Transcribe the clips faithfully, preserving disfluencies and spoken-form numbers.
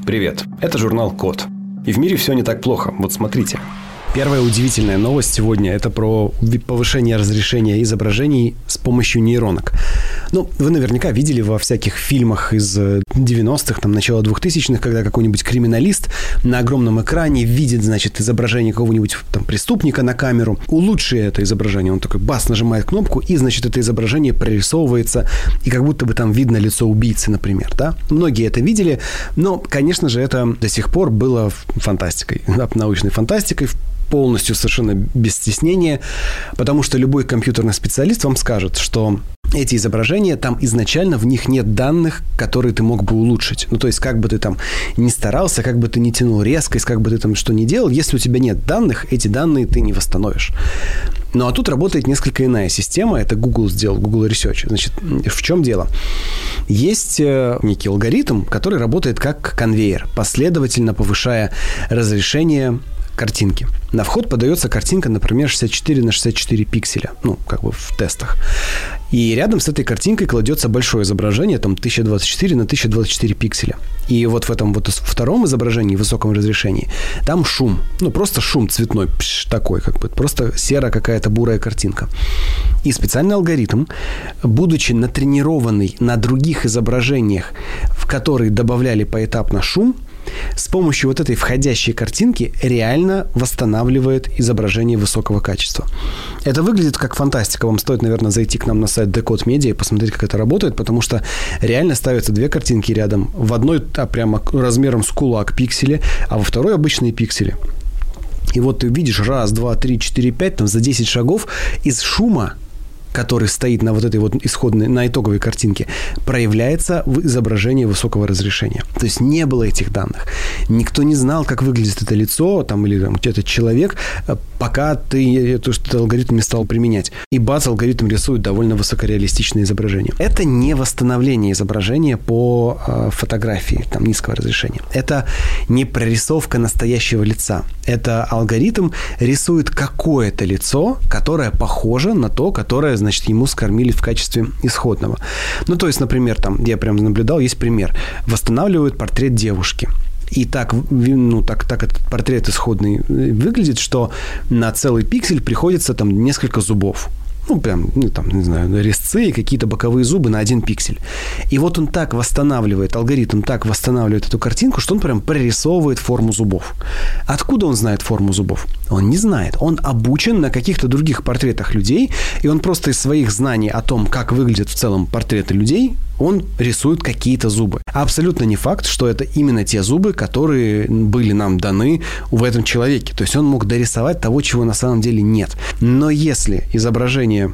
Привет, это журнал Код. И в мире все не так плохо, вот смотрите. Первая удивительная новость сегодня – это про повышение разрешения изображений с помощью нейронок. Ну, вы наверняка видели во всяких фильмах из девяностых, там, начала двухтысячных, когда какой-нибудь криминалист на огромном экране видит, значит, изображение какого-нибудь там преступника на камеру. Улучши это изображение. Он такой бас, нажимает кнопку, и, значит, это изображение прорисовывается, и как будто бы там видно лицо убийцы, например, да? Многие это видели, но, конечно же, это до сих пор было фантастикой, научной фантастикой, полностью совершенно без стеснения, потому что любой компьютерный специалист вам скажет, что эти изображения, там изначально в них нет данных, которые ты мог бы улучшить. Ну, то есть, как бы ты там ни старался, как бы ты ни тянул резкость, как бы ты там что ни делал, если у тебя нет данных, эти данные ты не восстановишь. Ну, а тут работает несколько иная система. Это Google сделал, Google Research. Значит, в чем дело? Есть некий алгоритм, который работает как конвейер, последовательно повышая разрешение картинки. На вход подается картинка, например, шестьдесят четыре на шестьдесят четыре пикселя. Ну, как бы в тестах. И рядом с этой картинкой кладется большое изображение, там тысяча двадцать четыре на тысяча двадцать четыре пикселя. И вот в этом вот втором изображении, в высоком разрешении, там шум. Ну, просто шум цветной, пш, такой, как бы. Просто серая какая-то бурая картинка. И специальный алгоритм, будучи натренированный на других изображениях, в которые добавляли поэтапно шум, с помощью вот этой входящей картинки реально восстанавливает изображение высокого качества. Это выглядит как фантастика. Вам стоит, наверное, зайти к нам на сайт Decode Media и посмотреть, как это работает, потому что реально ставятся две картинки рядом. В одной а, прямо размером с кулак пиксели, а во второй обычные пиксели. И вот ты видишь раз, два, три, четыре, пять, там за десять шагов из шума, который стоит на вот этой вот исходной, на итоговой картинке, проявляется в изображении высокого разрешения. То есть не было этих данных. Никто не знал, как выглядит это лицо там, или там, этот человек, пока ты то, что этот алгоритм не стал применять. И бац, алгоритм рисует довольно высокореалистичное изображение. Это не восстановление изображения по э, фотографии там, низкого разрешения. Это не прорисовка настоящего лица. Это алгоритм рисует какое-то лицо, которое похоже на то, которое, значит, ему скормили в качестве исходного. Ну, то есть, например, там, я прям наблюдал, есть пример. Восстанавливают портрет девушки. И так, ну, так, так этот портрет исходный выглядит, что на целый пиксель приходится там несколько зубов. Ну, прям, ну, там, не знаю, резцы и какие-то боковые зубы на один пиксель. И вот он так восстанавливает, алгоритм так восстанавливает эту картинку, что он прям прорисовывает форму зубов. Откуда он знает форму зубов? Он не знает. Он обучен на каких-то других портретах людей, и он просто из своих знаний о том, как выглядят в целом портреты людей, он рисует какие-то зубы. А абсолютно не факт, что это именно те зубы, которые были нам даны в этом человеке. То есть он мог дорисовать того, чего на самом деле нет. Но если изображение,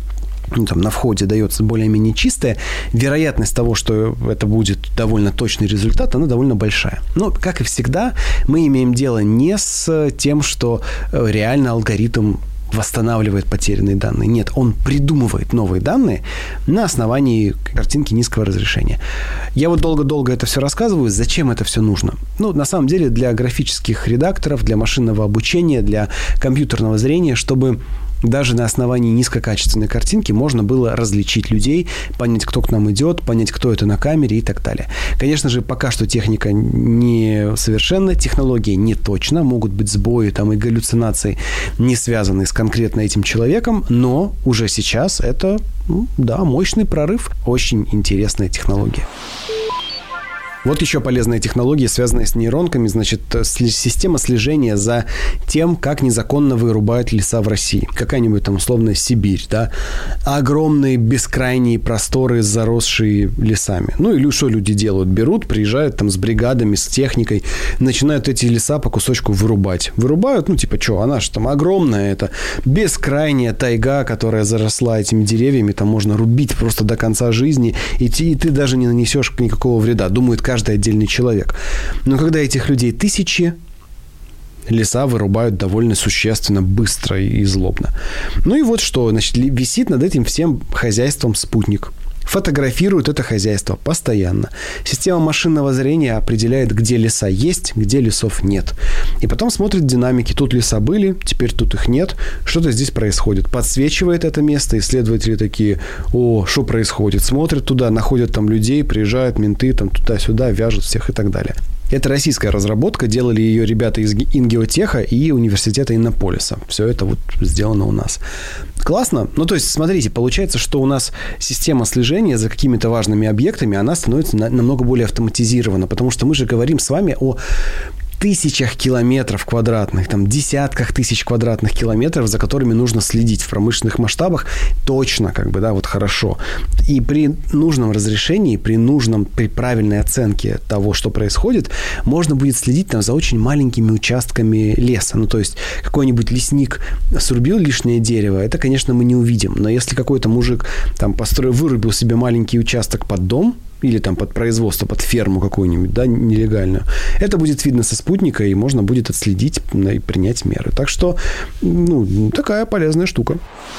ну, там, на входе дается более-менее чистое, вероятность того, что это будет довольно точный результат, она довольно большая. Но, как и всегда, мы имеем дело не с тем, что реально алгоритм восстанавливает потерянные данные. Нет, он придумывает новые данные на основании картинки низкого разрешения. Я вот долго-долго это все рассказываю. Зачем это все нужно? Ну, на самом деле, для графических редакторов, для машинного обучения, для компьютерного зрения, чтобы даже на основании низкокачественной картинки можно было различить людей, понять, кто к нам идет, понять, кто это на камере и так далее. Конечно же, пока что техника не совершенна, технология не точна, могут быть сбои там, и галлюцинации, не связанные с конкретно этим человеком, но уже сейчас это, ну, да, мощный прорыв, очень интересная технология. Вот еще полезная технология, связанная с нейронками, значит, система слежения за тем, как незаконно вырубают леса в России. Какая-нибудь там условная Сибирь, да? Огромные бескрайние просторы, заросшие лесами. Ну, или что люди делают? Берут, приезжают там с бригадами, с техникой, начинают эти леса по кусочку вырубать. Вырубают, ну, типа, что, она же там огромная, это бескрайняя тайга, которая заросла этими деревьями, там можно рубить просто до конца жизни, и ты, и ты даже не нанесешь никакого вреда. Думают, каждый отдельный человек. Но когда этих людей тысячи, леса вырубают довольно существенно, быстро и злобно. Ну и вот что, значит, висит над этим всем хозяйством спутник. Фотографирует это хозяйство постоянно. Система машинного зрения определяет, где леса есть, где лесов нет. И потом смотрит динамики. Тут леса были, теперь тут их нет. Что-то здесь происходит. Подсвечивает это место. Исследователи такие: о, что происходит? Смотрят туда, находят там людей, приезжают менты там туда-сюда, вяжут всех и так далее. Это российская разработка, делали ее ребята из Ингеотеха и университета Иннополиса. Все это вот сделано у нас. Классно. Ну, то есть, смотрите, получается, что у нас система слежения за какими-то важными объектами, она становится на- намного более автоматизирована, потому что мы же говорим с вами о тысячах километров квадратных, там, десятках тысяч квадратных километров, за которыми нужно следить в промышленных масштабах точно, как бы, да, вот хорошо. И при нужном разрешении, при нужном, при правильной оценке того, что происходит, можно будет следить там за очень маленькими участками леса. Ну, то есть, какой-нибудь лесник срубил лишнее дерево, это, конечно, мы не увидим. Но если какой-то мужик там построил, вырубил себе маленький участок под дом, или там под производство, под ферму какую-нибудь, да, нелегальную. Это будет видно со спутника, и можно будет отследить и принять меры. Так что, ну, такая полезная штука.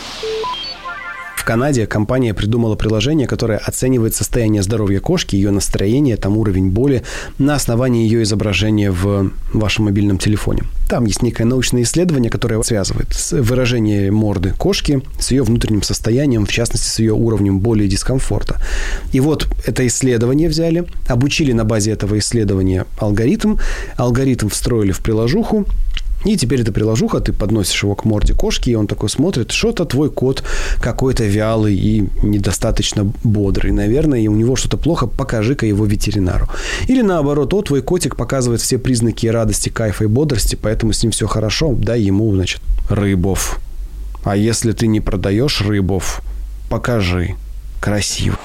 В Канаде компания придумала приложение, которое оценивает состояние здоровья кошки, ее настроение, там уровень боли на основании ее изображения в вашем мобильном телефоне. Там есть некое научное исследование, которое связывает выражение морды кошки с ее внутренним состоянием, в частности, с ее уровнем боли и дискомфорта. И вот это исследование взяли, обучили на базе этого исследования алгоритм, алгоритм встроили в приложуху, и теперь эта приложуха, ты подносишь его к морде кошки, и он такой смотрит, что-то твой кот какой-то вялый и недостаточно бодрый. Наверное, и у него что-то плохо, покажи-ка его ветеринару. Или наоборот, о, твой котик показывает все признаки радости, кайфа и бодрости, поэтому с ним все хорошо, дай ему, значит, рыбов. А если ты не продаешь рыбов, покажи. Красиво.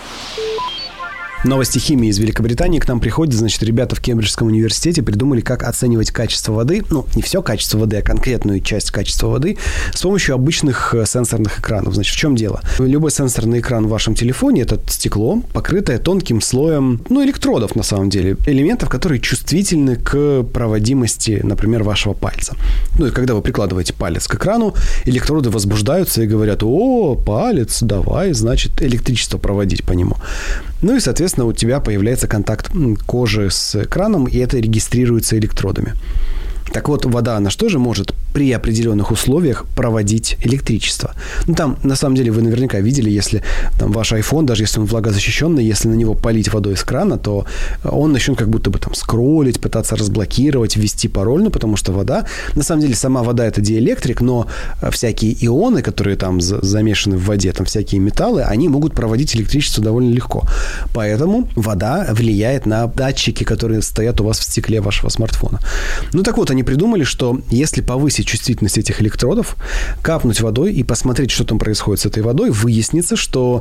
Новости химии из Великобритании к нам приходят. Значит, ребята в Кембриджском университете придумали, как оценивать качество воды. Ну, не все качество воды, а конкретную часть качества воды с помощью обычных сенсорных экранов. Значит, в чем дело? Любой сенсорный экран в вашем телефоне – это стекло, покрытое тонким слоем, ну, электродов, на самом деле. Элементов, которые чувствительны к проводимости, например, вашего пальца. Ну, и когда вы прикладываете палец к экрану, электроды возбуждаются и говорят: о, палец, давай, значит, электричество проводить по нему. Ну и, соответственно, у тебя появляется контакт кожи с экраном, и это регистрируется электродами. Так вот, вода, она что же может при определенных условиях проводить электричество? Ну, там, на самом деле, вы наверняка видели, если там ваш iPhone, даже если он влагозащищенный, если на него полить водой из крана, то он начнет как будто бы там скроллить, пытаться разблокировать, ввести пароль, ну, потому что вода, на самом деле, сама вода – это диэлектрик, но всякие ионы, которые там замешаны в воде, там всякие металлы, они могут проводить электричество довольно легко. Поэтому вода влияет на датчики, которые стоят у вас в стекле вашего смартфона. Ну, так вот, они придумали, что если повысить чувствительность этих электродов, капнуть водой и посмотреть, что там происходит с этой водой, выяснится, что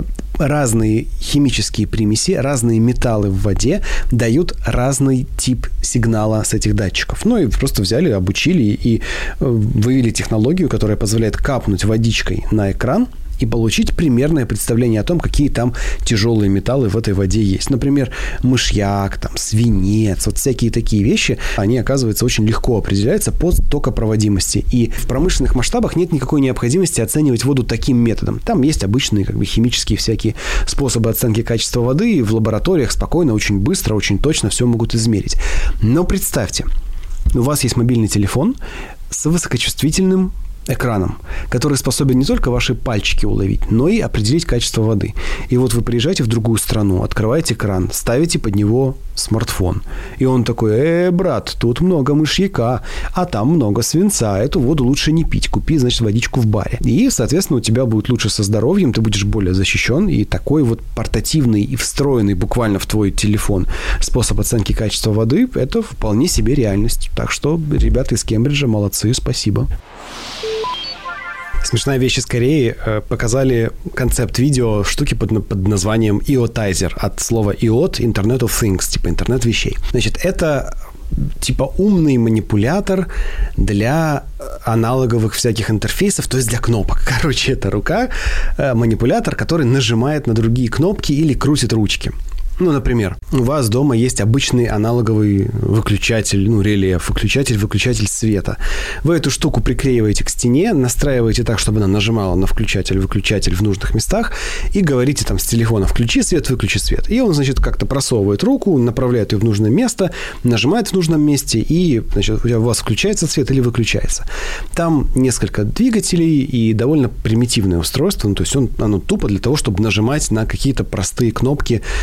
разные химические примеси, разные металлы в воде дают разный тип сигнала с этих датчиков. Ну и просто взяли, обучили и вывели технологию, которая позволяет капнуть водичкой на экран и получить примерное представление о том, какие там тяжелые металлы в этой воде есть. Например, мышьяк, там, свинец, вот всякие такие вещи, они, оказывается, очень легко определяются по токопроводимости. И в промышленных масштабах нет никакой необходимости оценивать воду таким методом. Там есть обычные, как бы, химические всякие способы оценки качества воды, и в лабораториях спокойно, очень быстро, очень точно все могут измерить. Но представьте, у вас есть мобильный телефон с высокочувствительным экраном, который способен не только ваши пальчики уловить, но и определить качество воды. И вот вы приезжаете в другую страну, открываете экран, ставите под него смартфон. И он такой: э, брат, тут много мышьяка, а там много свинца, эту воду лучше не пить, купи, значит, водичку в баре. И, соответственно, у тебя будет лучше со здоровьем, ты будешь более защищен, и такой вот портативный и встроенный буквально в твой телефон способ оценки качества воды – это вполне себе реальность. Так что ребята из Кембриджа молодцы, спасибо. Смешная вещь из Кореи. Показали концепт-видео штуки под, под названием «Иотайзер». От слова «иот» – Internet of Things, типа интернет вещей. Значит, это типа умный манипулятор для аналоговых всяких интерфейсов, то есть для кнопок. Короче, это рука, манипулятор, который нажимает на другие кнопки или крутит ручки. Ну, например, у вас дома есть обычный аналоговый выключатель, ну, реле, выключатель, выключатель света. Вы эту штуку приклеиваете к стене, настраиваете так, чтобы она нажимала на включатель, выключатель в нужных местах, и говорите там с телефона: включи свет, выключи свет. И он, значит, как-то просовывает руку, направляет ее в нужное место, нажимает в нужном месте, и, значит, у вас включается свет или выключается. Там несколько двигателей и довольно примитивное устройство, ну, то есть он, оно тупо для того, чтобы нажимать на какие-то простые кнопки, щелкать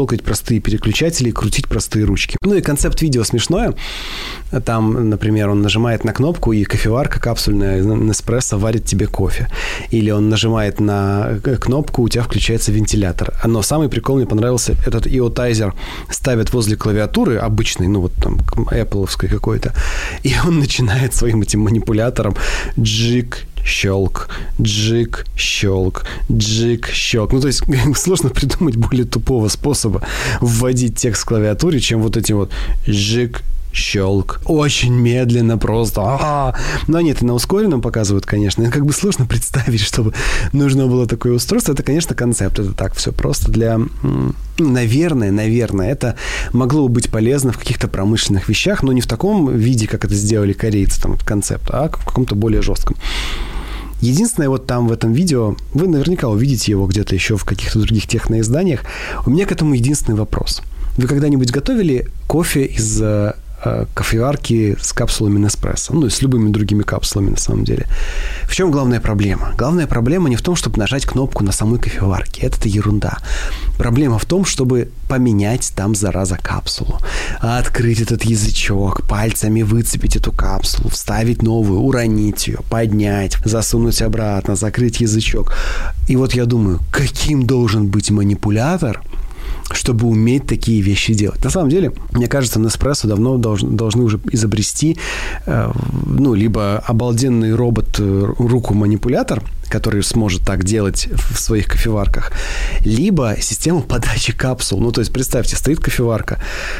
щелкать простые переключатели и крутить простые ручки. Ну и концепт видео смешное. Там, например, он нажимает на кнопку, и кофеварка капсульная Nespresso варит тебе кофе. Или он нажимает на кнопку, у тебя включается вентилятор. Но самый прикол мне понравился, этот ай о-тайзер ставят возле клавиатуры обычный, ну вот там Apple-овской какой-то, и он начинает своим этим манипулятором джик, щелк, джик, щелк, джик, щелк. Ну, то есть сложно придумать более тупого способа вводить текст в клавиатуре, чем вот эти вот жик, щелк. Очень медленно просто. А-а-а. Но они это на ускоренном показывают, конечно. Как бы сложно представить, чтобы нужно было такое устройство. Это, конечно, концепт. Это так все просто для... Наверное, наверное, это могло бы быть полезно в каких-то промышленных вещах, но не в таком виде, как это сделали корейцы, там, концепт, а в каком-то более жестком. Единственное, вот там в этом видео, вы наверняка увидите его где-то еще в каких-то других техноизданиях, у меня к этому единственный вопрос. Вы когда-нибудь готовили кофе из э, кофеварки с капсулами Nespresso? Ну, и с любыми другими капсулами, на самом деле. В чем главная проблема? Главная проблема не в том, чтобы нажать кнопку на самой кофеварке. Это-то ерунда. Проблема в том, чтобы поменять там, зараза, капсулу. Открыть этот язычок, пальцами выцепить эту капсулу, вставить новую, уронить ее, поднять, засунуть обратно, закрыть язычок. И вот я думаю, каким должен быть манипулятор, чтобы уметь такие вещи делать. На самом деле, мне кажется, Nespresso давно должны, должны уже изобрести э, ну, либо обалденный робот-руку-манипулятор, который сможет так делать в своих кофеварках, либо систему подачи капсул. Ну, то есть, представьте, стоит кофеварка,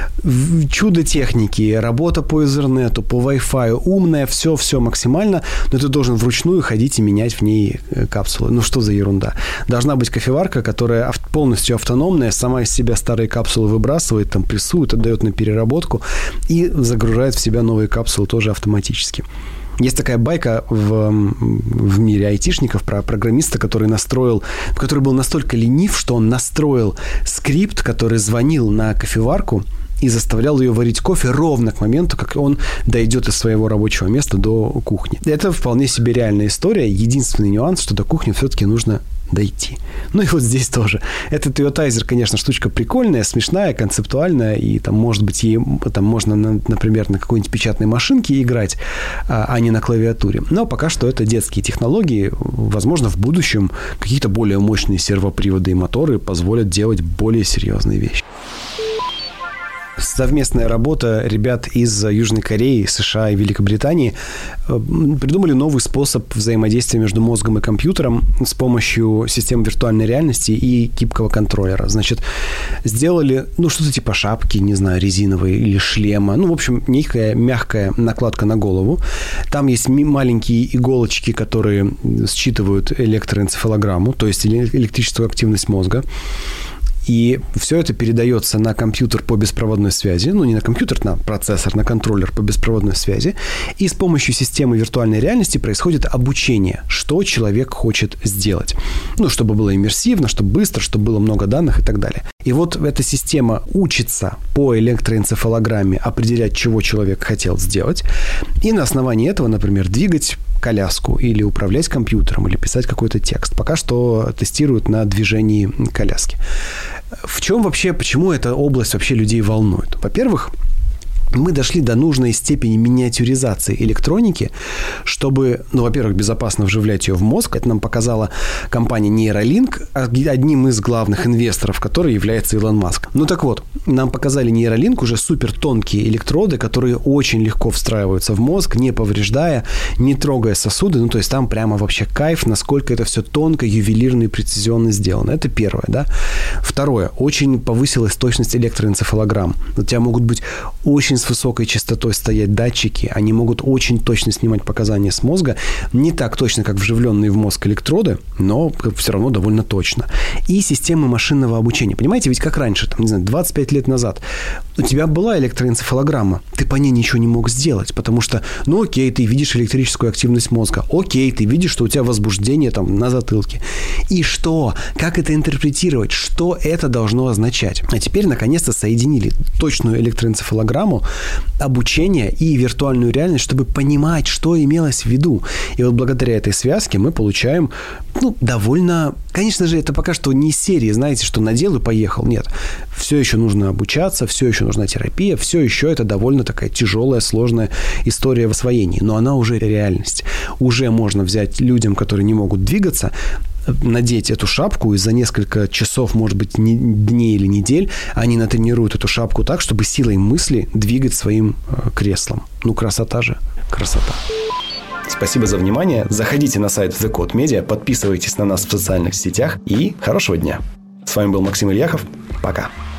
чудо техники, работа по Ethernet, по Wi-Fi, умная, все-все максимально, но ты должен вручную ходить и менять в ней капсулы. Ну, что за ерунда? Должна быть кофеварка, которая полностью автономная, сама из себя старые капсулы выбрасывает, там, прессует, отдает на переработку и загружает в себя новые капсулы тоже автоматически. Есть такая байка в, в мире айтишников про программиста, который настроил, который был настолько ленив, что он настроил скрипт, который звонил на кофеварку и заставлял ее варить кофе ровно к моменту, как он дойдет из своего рабочего места до кухни. Это вполне себе реальная история. Единственный нюанс, что до кухни все-таки нужно дойти. Ну и вот здесь тоже. Этот ай о-тайзер, конечно, штучка прикольная, смешная, концептуальная, и там, может быть, ей там можно, например, на какой-нибудь печатной машинке играть, а не на клавиатуре. Но пока что это детские технологии. Возможно, в будущем какие-то более мощные сервоприводы и моторы позволят делать более серьезные вещи. Совместная работа ребят из Южной Кореи, США и Великобритании придумали новый способ взаимодействия между мозгом и компьютером с помощью системы виртуальной реальности и гибкого контроллера. Значит, сделали, ну, что-то типа шапки, не знаю, резиновой или шлема. Ну, в общем, некая мягкая накладка на голову. Там есть маленькие иголочки, которые считывают электроэнцефалограмму, то есть электрическую активность мозга. И все это передается на компьютер по беспроводной связи. Ну, не на компьютер, на процессор, на контроллер по беспроводной связи. И с помощью системы виртуальной реальности происходит обучение, что человек хочет сделать. Ну, чтобы было иммерсивно, чтобы быстро, чтобы было много данных и так далее. И вот эта система учится по электроэнцефалограмме определять, чего человек хотел сделать. И на основании этого, например, двигать коляску или управлять компьютером, или писать какой-то текст. Пока что тестируют на движении коляски. В чем вообще, почему эта область вообще людей волнует? Во-первых, мы дошли до нужной степени миниатюризации электроники, чтобы, ну, во-первых, безопасно вживлять ее в мозг. Это нам показала компания Neuralink, одним из главных инвесторов, который является Илон Маск. Ну, так вот, нам показали Neuralink уже супер тонкие электроды, которые очень легко встраиваются в мозг, не повреждая, не трогая сосуды. Ну, то есть там прямо вообще кайф, насколько это все тонко, ювелирно и прецизионно сделано. Это первое, да. Второе. Очень повысилась точность электроэнцефалограмм. У тебя могут быть очень с высокой частотой стоять датчики, они могут очень точно снимать показания с мозга, не так точно, как вживленные в мозг электроды, но все равно довольно точно. И системы машинного обучения. Понимаете, ведь как раньше, там, не знаю, двадцать пять лет назад, у тебя была электроэнцефалограмма, ты по ней ничего не мог сделать, потому что, ну окей, ты видишь электрическую активность мозга, окей, ты видишь, что у тебя возбуждение там на затылке. И что? Как это интерпретировать? Что это должно означать? А теперь, наконец-то, соединили точную электроэнцефалограмму обучение и виртуальную реальность, чтобы понимать, что имелось в виду. И вот благодаря этой связке мы получаем, ну, довольно... Конечно же, это пока что не из серии, знаете, что надел и поехал. Нет. Все еще нужно обучаться, все еще нужна терапия, все еще это довольно такая тяжелая, сложная история в освоении. Но она уже реальность. Уже можно взять людям, которые не могут двигаться, надеть эту шапку, и за несколько часов, может быть, дней или недель они натренируют эту шапку так, чтобы силой мысли двигать своим креслом. Ну, красота же. Красота. Спасибо за внимание. Заходите на сайт The Code Media, подписывайтесь на нас в социальных сетях и хорошего дня. С вами был Максим Ильяхов. Пока.